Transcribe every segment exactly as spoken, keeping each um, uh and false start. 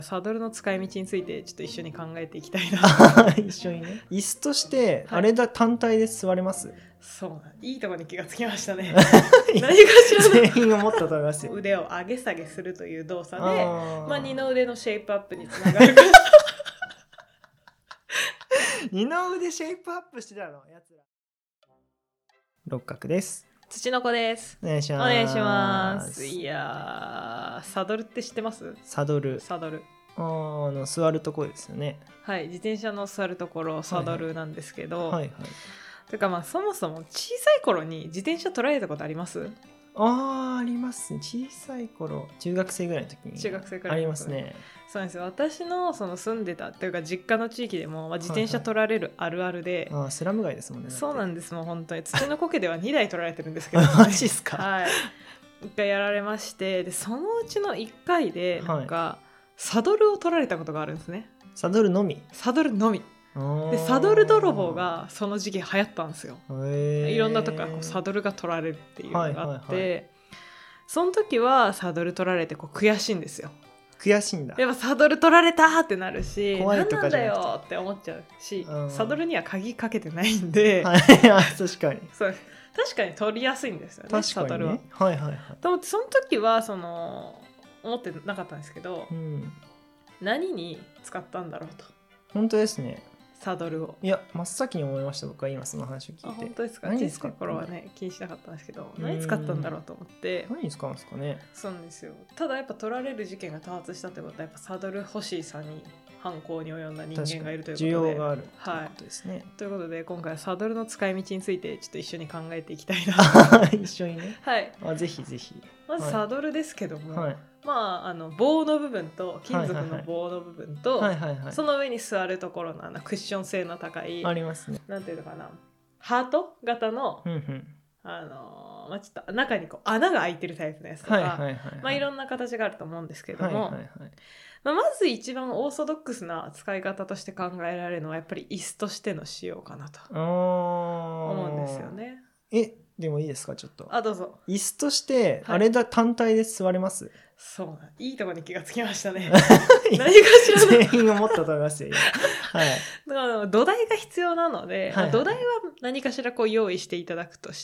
サドルの使い道についてちょっと一緒に考えていきたいな一緒にね。椅子としてあれだ、はい、単体で座れます。 そうなんいいところに気がつきましたね何かしらの全員思ったと思いますよ。 腕を上げ下げするという動作であ、まあ、二の腕のシェイプアップにつながるから二の腕シェイプアップしてたのやつら。六角です。 土の子です。 お願いします。 お願いします。いやー、サドルって知ってます？ サドル。 サドル。 あー、あの座るところですよね。 はい、自転車の座るところサドルなんですけど。 はいはい。 というかまあそもそも小さい頃に自転車取られたことあります？ あー、ありますね。小さい頃、中学生ぐらいの時に。 中学生くらいの時にありますね。そうなんですよ。私のその住んでたというか実家の地域でも、まあ、自転車取られるあるあるで、 はいはい、あスラム街ですもんね。 そうなんです。もう本当に土の苔ではにだい取られてるんですけど、ね、 マジっすか。 はい。いっかいやられまして、でそのうちのいっかいでなんか、はい、サドルを取られたことがあるんですね。 サドルのみ。 サドルのみ。でサドル泥棒がその時期流行ったんですよ。いろんなとこからこうサドルが取られるっていうのがあって、はいはいはい、その時はサドル取られてこう悔しいんですよ。 悔しいんだ。 やっぱサドル取られたってなるし、 怖いとかじゃなくて、 なんなんだよって思っちゃうし、サドルには鍵かけてないんで、 はい、確かにそう確かに取りやすいんですよね。確かにね、サドルは。 はいはいはい。 と思ってその時はその思ってなかったんですけど、 うん、 何に使ったんだろうと。 本当ですね。 サドルを。 いや真っ先に思いました。僕は今その話を聞いて。 あ、本当ですか。小さい頃はね気にしなかったんですけど、何使ったんだろうと思って。 何に使うんですかね。 そうなんですよ。ただやっぱ取られる事件が多発したってことはやっぱサドル欲しいさに犯行に及んだ人間がいるということで、 需要があるということですね。はい、 ということで今回はサドルの使い道についてちょっと一緒に考えていきたいな一緒にね。 はい。 あ、ぜひぜひ。 まずサドルですけども、はい、まあ、あの棒の部分と金属の棒の部分と、はいはいはい、その上に座るところのあのクッション性の高いありますね。 なんていうのかな、ハート型の、うんうん、あのまあ、ちょっと中にこう穴が開いてるタイプのやつとか、はいはいはいはい、まあ、いろんな形があると思うんですけども、はいはいはい、まあ、まず一番オーソドックスな使い方として考えられるのはやっぱり椅子としての使用かなと思うんですよね。 えでもいいですか、ちょっと。 あ、どうぞ。 椅子としてあれだ、はい、単体で座れます？ そうなんいいところに気がつきましたね何かしらの全員思ったと思いますよ、はい、 だから土台が必要なので、はいはい、まあ、土台は何かしらこう用意していただくとして、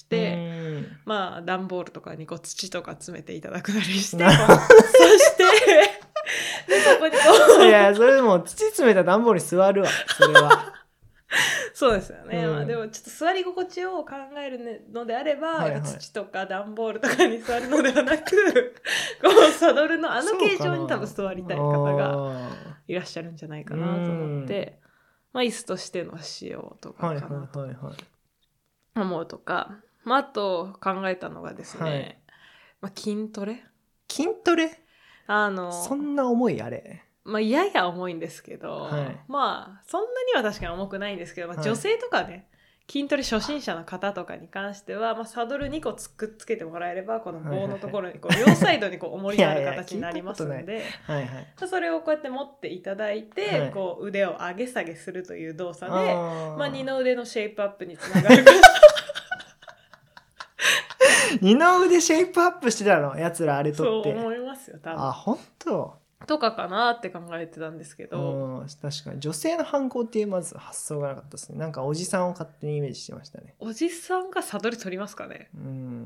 まあ段ボールとかにこう土とか詰めていただくなりしてそしてでそこにこういやそれでも土詰めた段ボールに座るわ、それはそうですよね、うん、まあ、でもちょっと座り心地を考えるのであれば、はいはい、土とか段ボールとかに座るのではなくこうサドルのあの形状に多分座りたい方がいらっしゃるんじゃないかなと思って、まあ、椅子としての使用とかかなと思うとか、まあ、あと考えたのがですね、はい、まあ、筋トレ筋トレあのそんな重いあれまあ、やや重いんですけど、はい、まあそんなには確かに重くないんですけど、まあ、女性とかね、はい、筋トレ初心者の方とかに関しては、まあ、サドルにこくっつけてもらえればこの棒のところにこう両サイドにこう重りがある形になりますのではい、それをこうやって持っていただいて、はい、こう腕を上げ下げするという動作で、まあ、二の腕のシェイプアップにつながるから二の腕シェイプアップしてたのやつらあれとって。 そう思いますよ多分。 あ、本当とかかなって考えてたんですけど、 うん、確かに女性の犯行っていうまず発想がなかったですね。なんかおじさんを勝手にイメージしてましたね。 おじさんがサドル取りますかね。うん、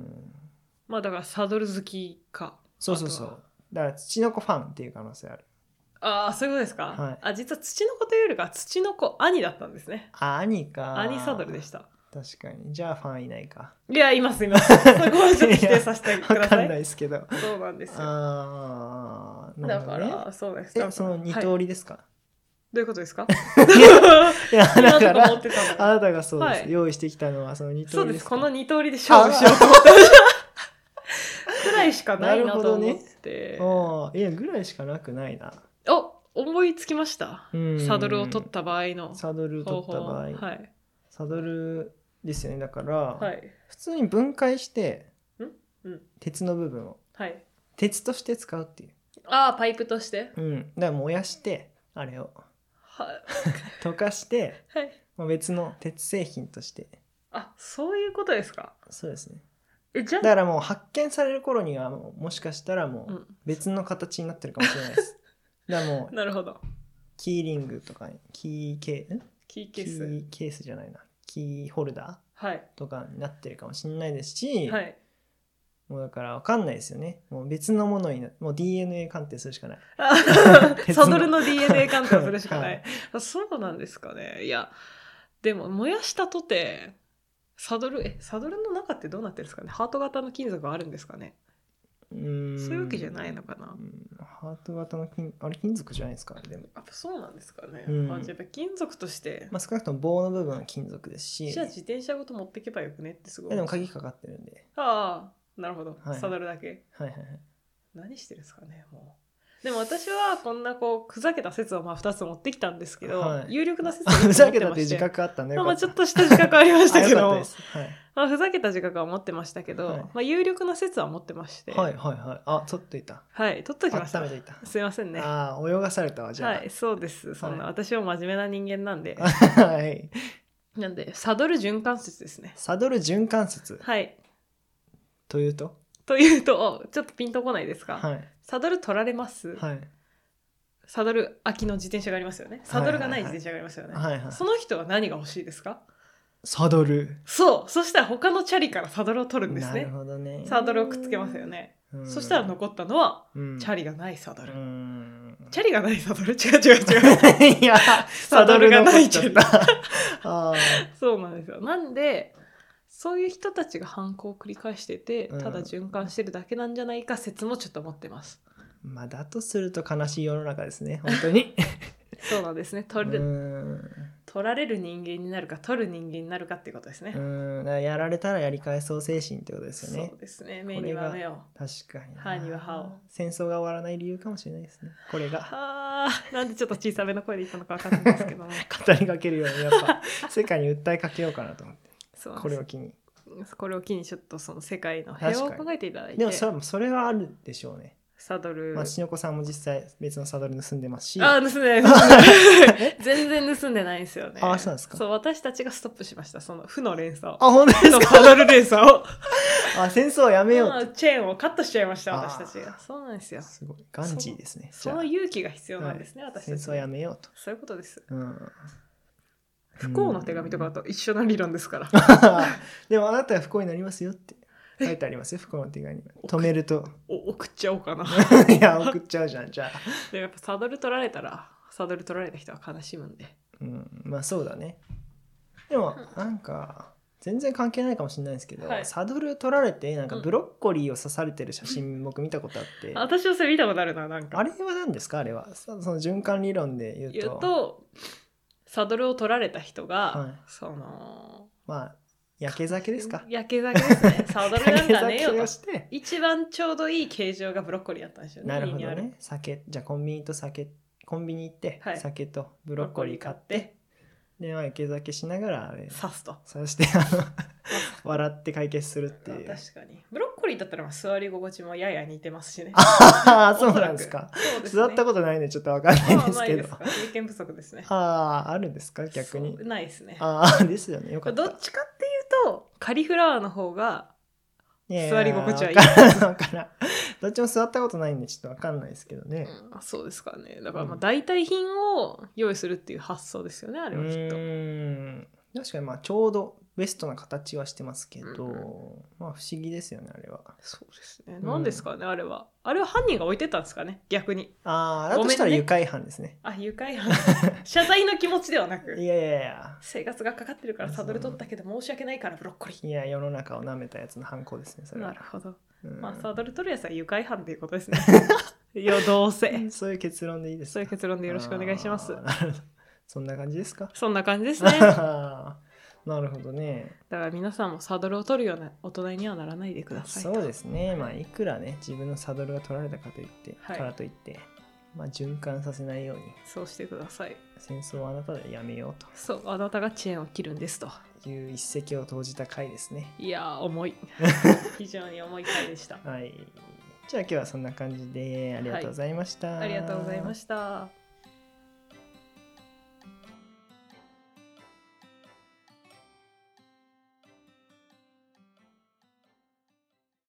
まあだからサドル好きか。 そうそうそう、だから土の子ファンっていう可能性ある。 ああ、そういうことですか、はい、あ、実は土の子というよりか土の子兄だったんですね。 あ、兄か。 兄サドルでした。 確かに。じゃあファンいないか。 いや、いますいます。そこはちょっと否定させてください。 わかんないですけど。 そうなんですよ。 ああ、ね、だからそうです。 え、その二通りですか、はい、 どういうことですかいや、だからあなたがそうです、はい、用意してきたのはその二通りですか。 そうです。この二通りで勝負しようと思ってくらいしかないなと思って。 ああ、いや、ぐらいしかなくないな。 お、思いつきました。サドルを取った場合のサドルを取った場合、はい、サドルですよね。だから、はい、普通に分解してん、うん、鉄の部分を、はい、鉄として使うっていう。 ああ、パイプとして。 うん。だから燃やしてあれを、はい、溶かして、はい、別の鉄製品として。 あ、そういうことですか。 そうですね。え、じゃあだからもう発見される頃にはもうもしかしたらもう別の形になってるかもしれないです。 だもうなるほど。 キーリングとかキーケーキーケースキーケースじゃないなキーホルダー、はい、 とかになってるかもしれないですし、 はい、 もうだから分かんないですよね。もう別のものになもう ディーエヌエー 鑑定するしかない。 サドルの ディーエヌエー 鑑定をするしかない、はい、そうなんですかね。いやでも燃やしたとてサドルえサドルの中ってどうなってるんですかね。ハート型の金属があるんですかね。うーんそういうわけじゃないのかな。 ハート型の金あれ金属じゃないですか。でもやっぱそうなんですかね。 うん、 あじゃあやっぱ金属として、 まあ、少なくとも棒の部分は金属ですし、 じゃあ自転車ごと持っていけばよくねってすごい。 でも鍵かかってるんで。 ああなるほど、はい、サドルだけ。 はいはいはい。 何してるんですかねもう。でも私はこんなこうふざけた説をまあふたつ持ってきたんですけど、はい、有力な説を持ってまして、 ふざけたって自覚あったね。 まあちょっとした自覚ありましたけどはい、 まあふざけた自覚は持ってましたけど、はい、まあ有力な説は持ってまして、 はいはいはい。あ取っといた。 はい取っときました。 温めといた。 すいませんね。 ああ泳がされたわじゃあ。 はいそうです。そんな、はい、私は真面目な人間なんで。 はい。 なんでサドル循環説ですね。 サドル循環説。 はい。 というと。 というとちょっとピンとこないですか。 はい。 サドル取られます。 はい。 サドル空きの自転車がありますよね。サドルがない自転車がありますよね。 はいはいはい、 その人は何が欲しいですか。 サドル。 そうそしたら他のチャリからサドルを取るんですね。 なるほどね。 サドルをくっつけますよね。そしたら残ったのは、うん、チャリがないサドル。チャリがないサドル違う違う違ういやサドルがないチャリあそうなんですよ。なんでそういう人たちが犯行を繰り返してて、ただ循環してるだけなんじゃないか説もちょっと持ってます。 まあだとすると悲しい世の中ですね本当にそうなんですね。取る取られる人間になるか取る人間になるかっていうことですね。 うんだからやられたらやり返そう精神ってことですよね。 そうですね。目には目を、 確かに歯には歯を。 戦争が終わらない理由かもしれないですねこれが。 はあなんでちょっと小さめの声で言ったのか分かんないですけど、ね、 語りかけるようにやっぱ世界に訴えかけようかなと思ってそうこれを機にこれを機にちょっとその世界の平和を考えていただいて。 でもそれもそれはあるでしょうね。 サドル、 まあ、しのこさんも実際別のサドル盗んでますし。 ああ盗んでない全然盗んでないんですよね。 あそうですか。 そう私たちがストップしました。その負の連鎖を。 あ本当ですか。負のサドル連鎖をあ戦争をやめようチェーンをカットしちゃいました私たちが。そうなんですよ。 すごいガンジーですね。 そ, その勇気が必要なんですね、はい、私たち。 戦争をやめようと。 そういうことです、 うん、 不幸の手紙とかと一緒な理論ですからでもあなたは不幸になりますよって書いてありますよ不幸の手紙に。止めるとお送っちゃおうかないや送っちゃうじゃんじゃあ。 でもやっぱサドル取られたらサドル取られた人は悲しむんで、 うん、まあそうだね。でもなんか全然関係ないかもしれないですけど、はい、サドル取られてなんかブロッコリーを刺されてる写真僕見たことあって、うん、 私はそれ見たことあるな。なんかあれは何ですかあれは。その循環理論で言うと言うとサドルを取られた人が、はい、そのまあやけ酒ですか。 やけ酒ですね。サドルなんかねえよと一番ちょうどいい形状がブロッコリーだったんですよね。 なるほどね。酒じゃあコンビニと酒コンビニ行って、はい、酒とブロッコリー買ってで、まあ、やけ酒しながらあれ刺すと刺してあの笑って解決するっていう。 確かにブロッコリーだったらまあ座り心地もやや似てますしね。 ああそうなんですか。そうですね、座ったことないんでちょっと分かんないですけど。 ああ経験不足ですね。 あああるんですか逆に。 ないですね。 ああですよね。よかった。 どっちかっていうとカリフラワーの方が座り心地はいい。 分からんどっちも座ったことないんでちょっと分かんないですけどね。 うん、そうですかね。だからまあ代替品を用意するっていう発想ですよね、あれはきっと。 うん確かにまあちょうどベストな形はしてますけど、うん、まあ不思議ですよねあれは。 そうですね。何ですかね、うん、あれは。あれは犯人が置いてたんですかね逆に。 ああだとしたら愉快犯ですね。 あ愉快犯。謝罪の気持ちではなく。 いやいやいや。 生活がかかってるからサドル取ったけど申し訳ないからブロッコリー。 いや世の中を舐めたやつの犯行ですねそれは。 なるほど。うん、まあサドル取るやつは愉快犯っていうことですね。いやどうせ。 そういう結論でいいですか。 そういう結論でよろしくお願いします。 そんな感じですか。 そんな感じですね。 なるほどね。 だから皆さんもサドルを取るような大人にはならないでください。 そうですね。まあいくらね自分のサドルが取られたかといって、はい、からといって、まあ循環させないように。 そうしてください。 戦争はあなたでやめようと。 そうあなたがチェーンを切るんですという一石を投じた回ですね。 いや重い。非常に重い回でした。 はい。じゃあ今日はそんな感じでありがとうございました。 はい、ありがとうございました。